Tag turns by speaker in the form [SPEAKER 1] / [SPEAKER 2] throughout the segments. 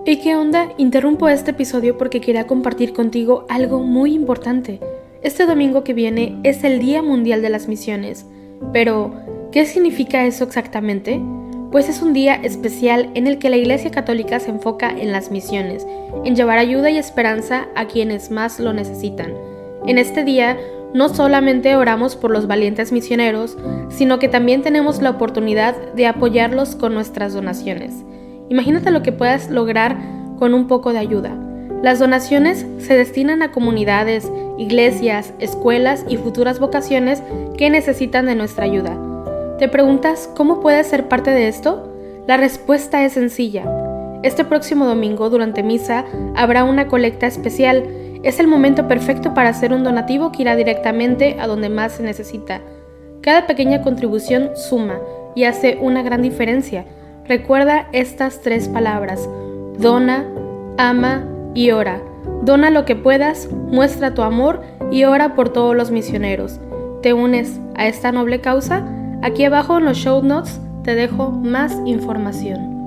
[SPEAKER 1] ¿Y qué onda? Interrumpo este episodio porque quería compartir contigo algo muy importante. Este domingo que viene es el Día Mundial de las Misiones. Pero, ¿qué significa eso exactamente? Pues es un día especial en el que la Iglesia Católica se enfoca en las misiones, en llevar ayuda y esperanza a quienes más lo necesitan. En este día, no solamente oramos por los valientes misioneros, sino que también tenemos la oportunidad de apoyarlos con nuestras donaciones. Imagínate lo que puedas lograr con un poco de ayuda. Las donaciones se destinan a comunidades, iglesias, escuelas y futuras vocaciones que necesitan de nuestra ayuda. ¿Te preguntas cómo puedes ser parte de esto? La respuesta es sencilla. Este próximo domingo, durante misa, habrá una colecta especial. Es el momento perfecto para hacer un donativo que irá directamente a donde más se necesita. Cada pequeña contribución suma y hace una gran diferencia. Recuerda estas 3 palabras: dona, ama y ora. Dona lo que puedas, muestra tu amor y ora por todos los misioneros. ¿Te unes a esta noble causa? Aquí abajo en los show notes te dejo más información.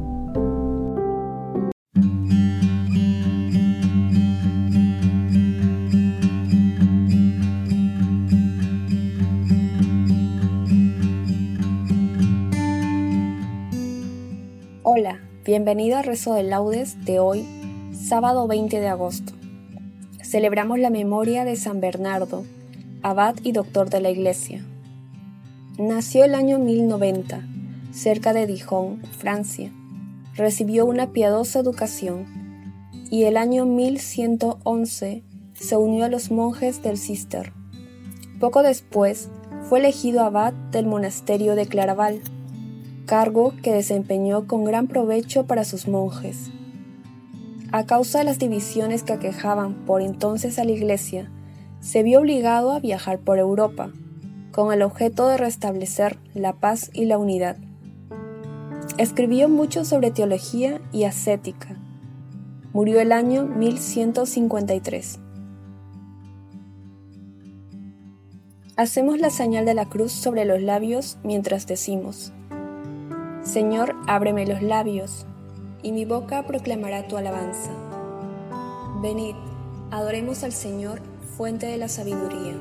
[SPEAKER 2] Hola, bienvenido al rezo de laudes de hoy, sábado 20 de agosto. Celebramos la memoria de San Bernardo, abad y doctor de la Iglesia. Nació el año 1090, cerca de Dijon, Francia. Recibió una piadosa educación y el año 1111 se unió a los monjes del Císter. Poco después fue elegido abad del monasterio de Claraval, cargo que desempeñó con gran provecho para sus monjes. A causa de las divisiones que aquejaban por entonces a la Iglesia, se vio obligado a viajar por Europa, con el objeto de restablecer la paz y la unidad. Escribió mucho sobre teología y ascética. Murió el año 1153. Hacemos la señal de la cruz sobre los labios mientras decimos: Señor, ábreme los labios, y mi boca proclamará tu alabanza. Venid, adoremos al Señor, fuente de la sabiduría.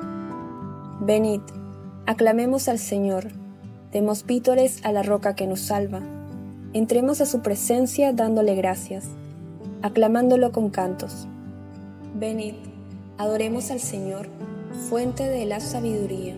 [SPEAKER 2] Venid, aclamemos al Señor, demos vítores a la roca que nos salva. Entremos a su presencia dándole gracias, aclamándolo con cantos. Venid, adoremos al Señor, fuente de la sabiduría.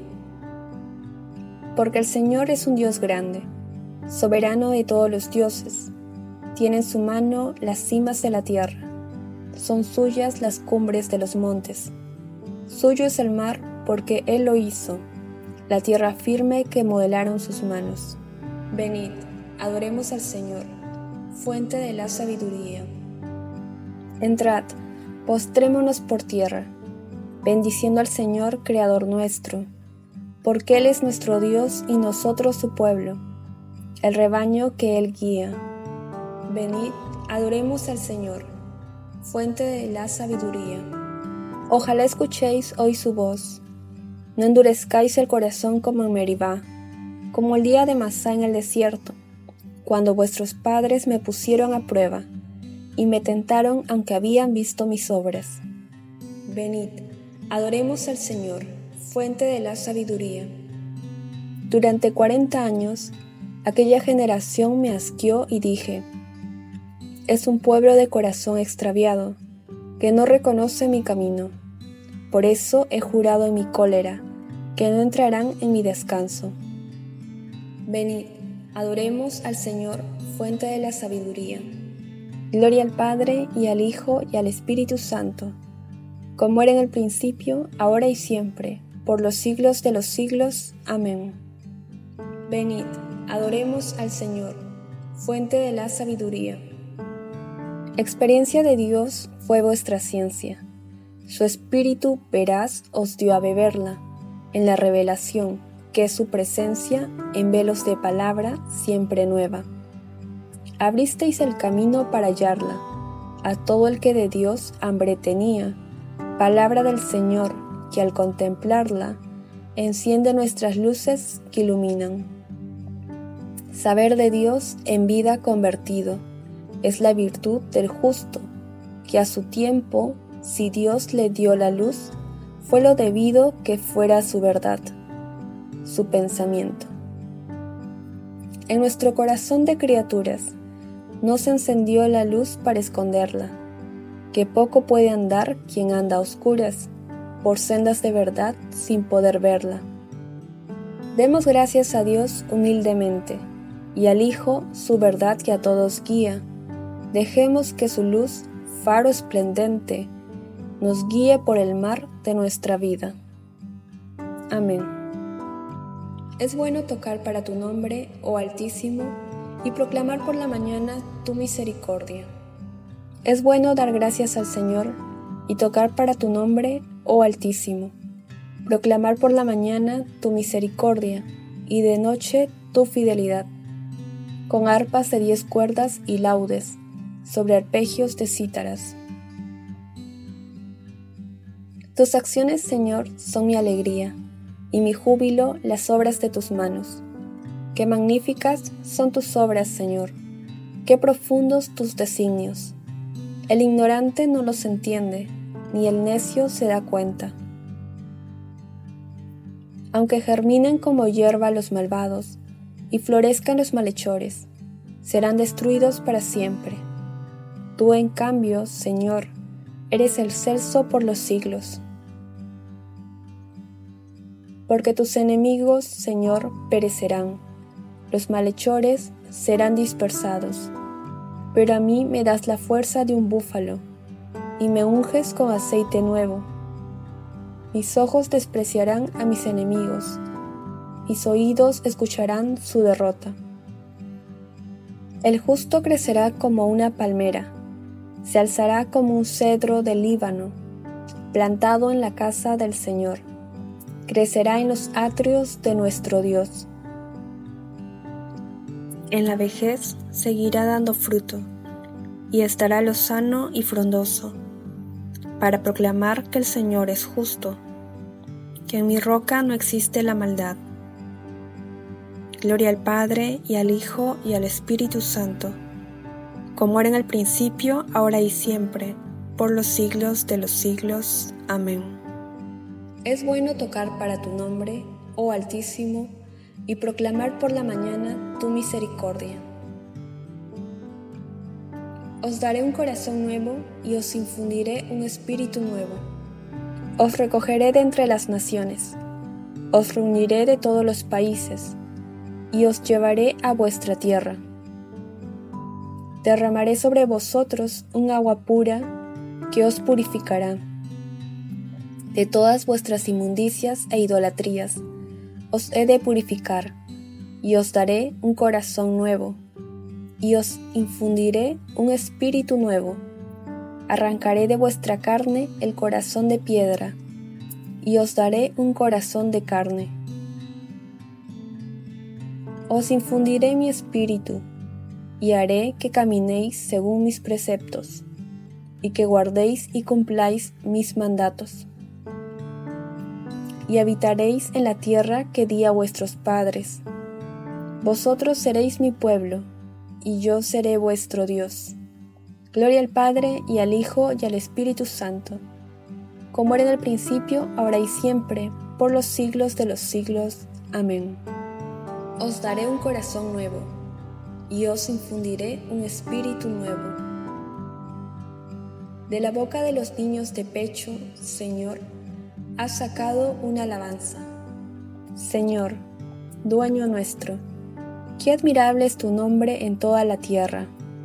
[SPEAKER 2] Porque el Señor es un Dios grande, soberano de todos los dioses. Tiene en su mano las cimas de la tierra. Son suyas las cumbres de los montes. Suyo es el mar porque Él lo hizo, la tierra firme que modelaron sus manos. Venid, adoremos al Señor, fuente de la sabiduría. Entrad, postrémonos por tierra, bendiciendo al Señor, Creador nuestro, porque Él es nuestro Dios y nosotros su pueblo, el rebaño que Él guía. Venid, adoremos al Señor, fuente de la sabiduría. Ojalá escuchéis hoy su voz. No endurezcáis el corazón como en Meribá, como el día de Masá en el desierto, cuando vuestros padres me pusieron a prueba y me tentaron aunque habían visto mis obras. Venid, adoremos al Señor, fuente de la sabiduría. Durante 40 años, aquella generación me asqueó y dije: es un pueblo de corazón extraviado, que no reconoce mi camino. Por eso he jurado en mi cólera, que no entrarán en mi descanso. Venid, adoremos al Señor, fuente de la sabiduría. Gloria al Padre, y al Hijo, y al Espíritu Santo, como era en el principio, ahora y siempre, por los siglos de los siglos. Amén. Venid, adoremos al Señor, fuente de la sabiduría. Experiencia de Dios fue vuestra ciencia. Su espíritu veraz os dio a beberla, en la revelación, que es su presencia, en velos de palabra siempre nueva. Abristeis el camino para hallarla, a todo el que de Dios hambre tenía, palabra del Señor, que al contemplarla, enciende nuestras luces que iluminan. Saber de Dios en vida convertido, es la virtud del justo, que a su tiempo, si Dios le dio la luz, fue lo debido que fuera su verdad, su pensamiento. En nuestro corazón de criaturas no se encendió la luz para esconderla, que poco puede andar quien anda a oscuras, por sendas de verdad sin poder verla. Demos gracias a Dios humildemente, y al Hijo su verdad que a todos guía. Dejemos que su luz, faro esplendente, nos guíe por el mar de nuestra vida. Amén. Es bueno tocar para tu nombre, oh Altísimo, y proclamar por la mañana tu misericordia. Es bueno dar gracias al Señor y tocar para tu nombre, oh Altísimo, proclamar por la mañana tu misericordia y de noche tu fidelidad, con arpas de 10 cuerdas y laudes, sobre arpegios de cítaras. Tus acciones, Señor, son mi alegría, y mi júbilo las obras de tus manos. Qué magníficas son tus obras, Señor, qué profundos tus designios. El ignorante no los entiende, ni el necio se da cuenta. Aunque germinen como hierba los malvados, y florezcan los malhechores, serán destruidos para siempre. Tú, en cambio, Señor, eres excelso por los siglos. Porque tus enemigos, Señor, perecerán, los malhechores serán dispersados. Pero a mí me das la fuerza de un búfalo, y me unges con aceite nuevo. Mis ojos despreciarán a mis enemigos, mis oídos escucharán su derrota. El justo crecerá como una palmera, se alzará como un cedro del Líbano, plantado en la casa del Señor. Crecerá en los atrios de nuestro Dios. En la vejez seguirá dando fruto, y estará lozano y frondoso, para proclamar que el Señor es justo, que en mi roca no existe la maldad. Gloria al Padre, y al Hijo, y al Espíritu Santo, como era en el principio, ahora y siempre, por los siglos de los siglos. Amén. Es bueno tocar para tu nombre, oh Altísimo, y proclamar por la mañana tu misericordia. Os daré un corazón nuevo y os infundiré un espíritu nuevo. Os recogeré de entre las naciones, os reuniré de todos los países, y os llevaré a vuestra tierra. Derramaré sobre vosotros un agua pura que os purificará. De todas vuestras inmundicias e idolatrías os he de purificar, y os daré un corazón nuevo, y os infundiré un espíritu nuevo. Arrancaré de vuestra carne el corazón de piedra, y os daré un corazón de carne. Os infundiré mi espíritu, y haré que caminéis según mis preceptos, y que guardéis y cumpláis mis mandatos. Y habitaréis en la tierra que di a vuestros padres. Vosotros seréis mi pueblo, y yo seré vuestro Dios. Gloria al Padre, y al Hijo, y al Espíritu Santo, como era en el principio, ahora y siempre, por los siglos de los siglos. Amén. Os daré un corazón nuevo, y os infundiré un espíritu nuevo. De la boca de los niños de pecho, Señor, has sacado una alabanza. Señor, dueño nuestro, qué admirable es tu nombre en toda la tierra.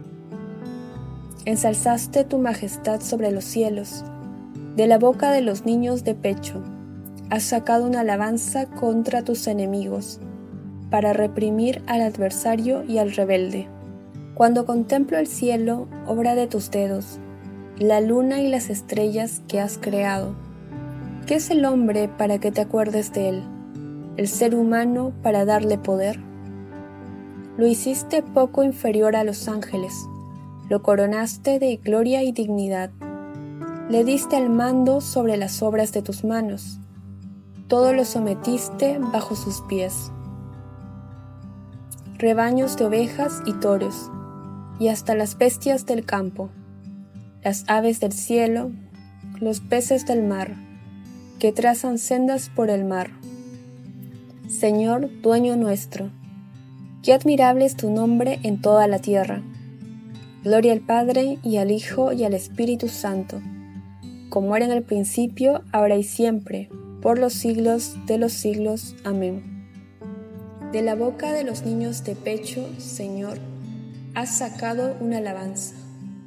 [SPEAKER 2] Ensalzaste tu majestad sobre los cielos. De la boca de los niños de pecho, has sacado una alabanza contra tus enemigos, para reprimir al adversario y al rebelde. Cuando contemplo el cielo, obra de tus dedos, la luna y las estrellas que has creado, ¿qué es el hombre para que te acuerdes de él? ¿El ser humano para darle poder? Lo hiciste poco inferior a los ángeles, lo coronaste de gloria y dignidad. Le diste el mando sobre las obras de tus manos, todo lo sometiste bajo sus pies. Rebaños de ovejas y toros, y hasta las bestias del campo, las aves del cielo, los peces del mar, que trazan sendas por el mar. Señor, dueño nuestro, qué admirable es tu nombre en toda la tierra. Gloria al Padre, y al Hijo, y al Espíritu Santo, como era en el principio, ahora y siempre, por los siglos de los siglos. Amén. De la boca de los niños de pecho, Señor, has sacado una alabanza.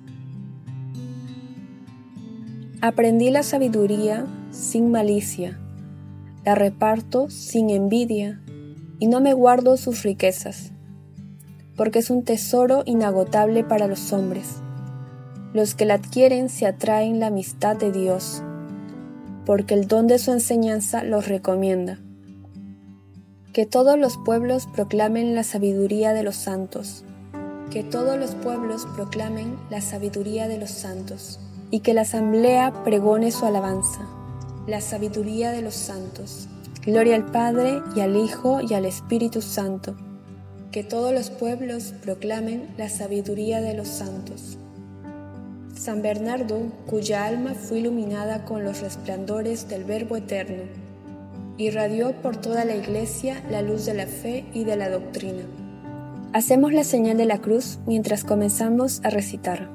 [SPEAKER 2] Aprendí la sabiduría sin malicia, la reparto sin envidia, y no me guardo sus riquezas, porque es un tesoro inagotable para los hombres. Los que la adquieren se atraen la amistad de Dios, porque el don de su enseñanza los recomienda. Que todos los pueblos proclamen la sabiduría de los santos. Que todos los pueblos proclamen la sabiduría de los santos. Y que la asamblea pregone su alabanza, la sabiduría de los santos. Gloria al Padre, y al Hijo, y al Espíritu Santo. Que todos los pueblos proclamen la sabiduría de los santos. San Bernardo, cuya alma fue iluminada con los resplandores del Verbo Eterno, irradió por toda la Iglesia la luz de la fe y de la doctrina. Hacemos la señal de la cruz mientras comenzamos a recitar.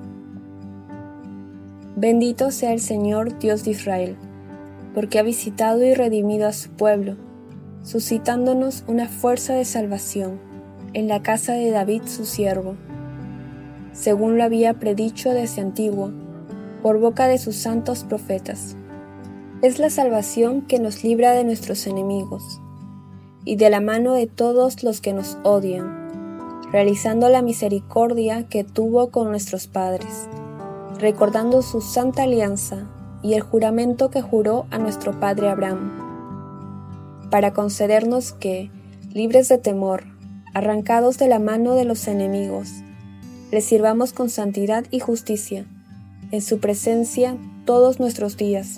[SPEAKER 2] Bendito sea el Señor Dios de Israel, porque ha visitado y redimido a su pueblo, suscitándonos una fuerza de salvación en la casa de David su siervo, según lo había predicho desde antiguo, por boca de sus santos profetas. Es la salvación que nos libra de nuestros enemigos, y de la mano de todos los que nos odian, realizando la misericordia que tuvo con nuestros padres, recordando su santa alianza y el juramento que juró a nuestro padre Abraham, para concedernos que, libres de temor, arrancados de la mano de los enemigos, le sirvamos con santidad y justicia, en su presencia todos nuestros días.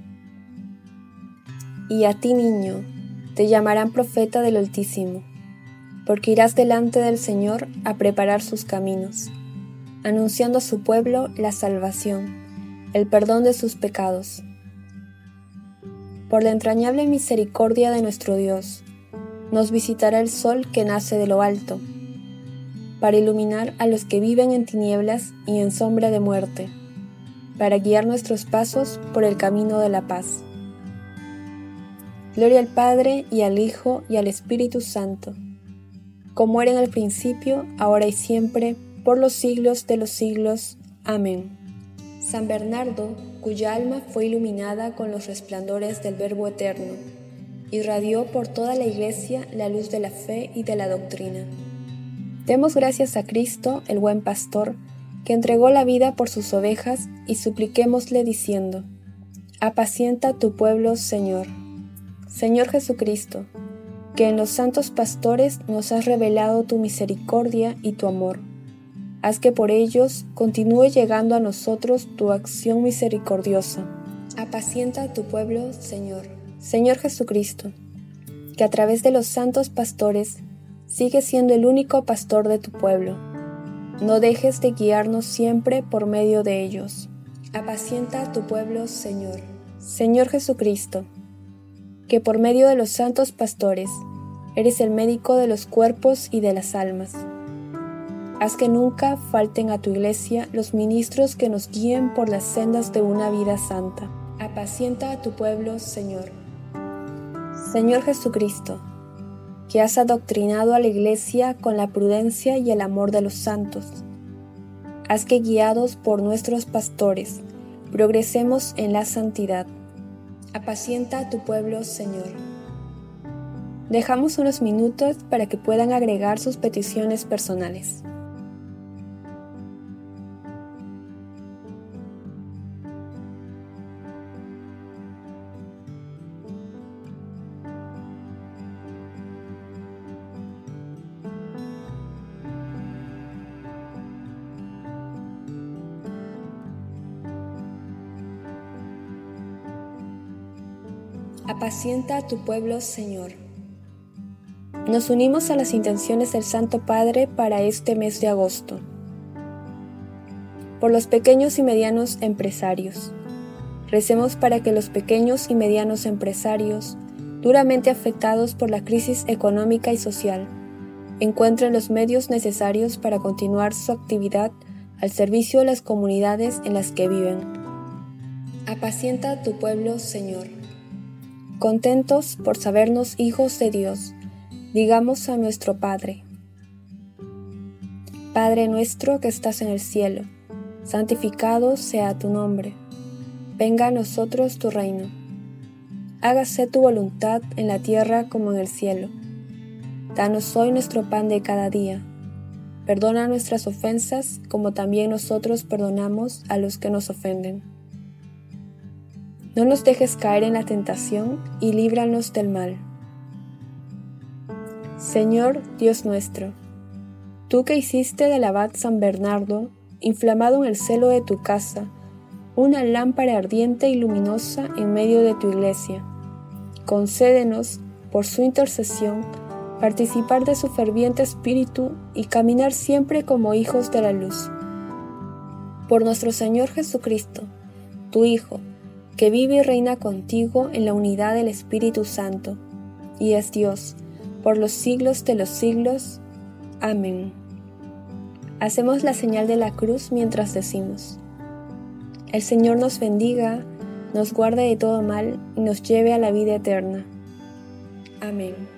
[SPEAKER 2] Y a ti, niño, te llamarán profeta del Altísimo, porque irás delante del Señor a preparar sus caminos, anunciando a su pueblo la salvación, el perdón de sus pecados. Por la entrañable misericordia de nuestro Dios, nos visitará el sol que nace de lo alto, para iluminar a los que viven en tinieblas y en sombra de muerte, para guiar nuestros pasos por el camino de la paz. Gloria al Padre, y al Hijo, y al Espíritu Santo, como era en el principio, ahora y siempre, por los siglos de los siglos. Amén. San Bernardo, cuya alma fue iluminada con los resplandores del Verbo Eterno, irradió por toda la Iglesia la luz de la fe y de la doctrina. Demos gracias a Cristo, el buen pastor, que entregó la vida por sus ovejas, y supliquémosle diciendo: apacienta tu pueblo, Señor. Señor Jesucristo, que en los santos pastores nos has revelado tu misericordia y tu amor, haz que por ellos continúe llegando a nosotros tu acción misericordiosa. Apacienta a tu pueblo, Señor. Señor Jesucristo, que a través de los santos pastores sigues siendo el único pastor de tu pueblo. No dejes de guiarnos siempre por medio de ellos. Apacienta a tu pueblo, Señor. Señor Jesucristo, que por medio de los santos pastores eres el médico de los cuerpos y de las almas. Haz que nunca falten a tu Iglesia los ministros que nos guíen por las sendas de una vida santa. Apacienta a tu pueblo, Señor. Señor Jesucristo, que has adoctrinado a la Iglesia con la prudencia y el amor de los santos. Haz que, guiados por nuestros pastores, progresemos en la santidad. Apacienta a tu pueblo, Señor. Dejamos unos minutos para que puedan agregar sus peticiones personales. Apacienta a tu pueblo, Señor. Nos unimos a las intenciones del Santo Padre para este mes de agosto. por los pequeños y medianos empresarios. Recemos para que los pequeños y medianos empresarios, duramente afectados por la crisis económica y social, encuentren los medios necesarios para continuar su actividad al servicio de las comunidades en las que viven. Apacienta a tu pueblo, Señor. Contentos por sabernos hijos de Dios, digamos a nuestro Padre: Padre nuestro que estás en el cielo, santificado sea tu nombre. Venga a nosotros tu reino. Hágase tu voluntad en la tierra como en el cielo. Danos hoy nuestro pan de cada día. Perdona nuestras ofensas como también nosotros perdonamos a los que nos ofenden. No nos dejes caer en la tentación y líbranos del mal. Señor Dios nuestro, tú que hiciste del abad San Bernardo, inflamado en el celo de tu casa, una lámpara ardiente y luminosa en medio de tu iglesia, concédenos, por su intercesión, participar de su ferviente espíritu y caminar siempre como hijos de la luz. Por nuestro Señor Jesucristo, tu Hijo, que vive y reina contigo en la unidad del Espíritu Santo, y es Dios, por los siglos de los siglos. Amén. Hacemos la señal de la cruz mientras decimos: El Señor nos bendiga, nos guarde de todo mal y nos lleve a la vida eterna. Amén.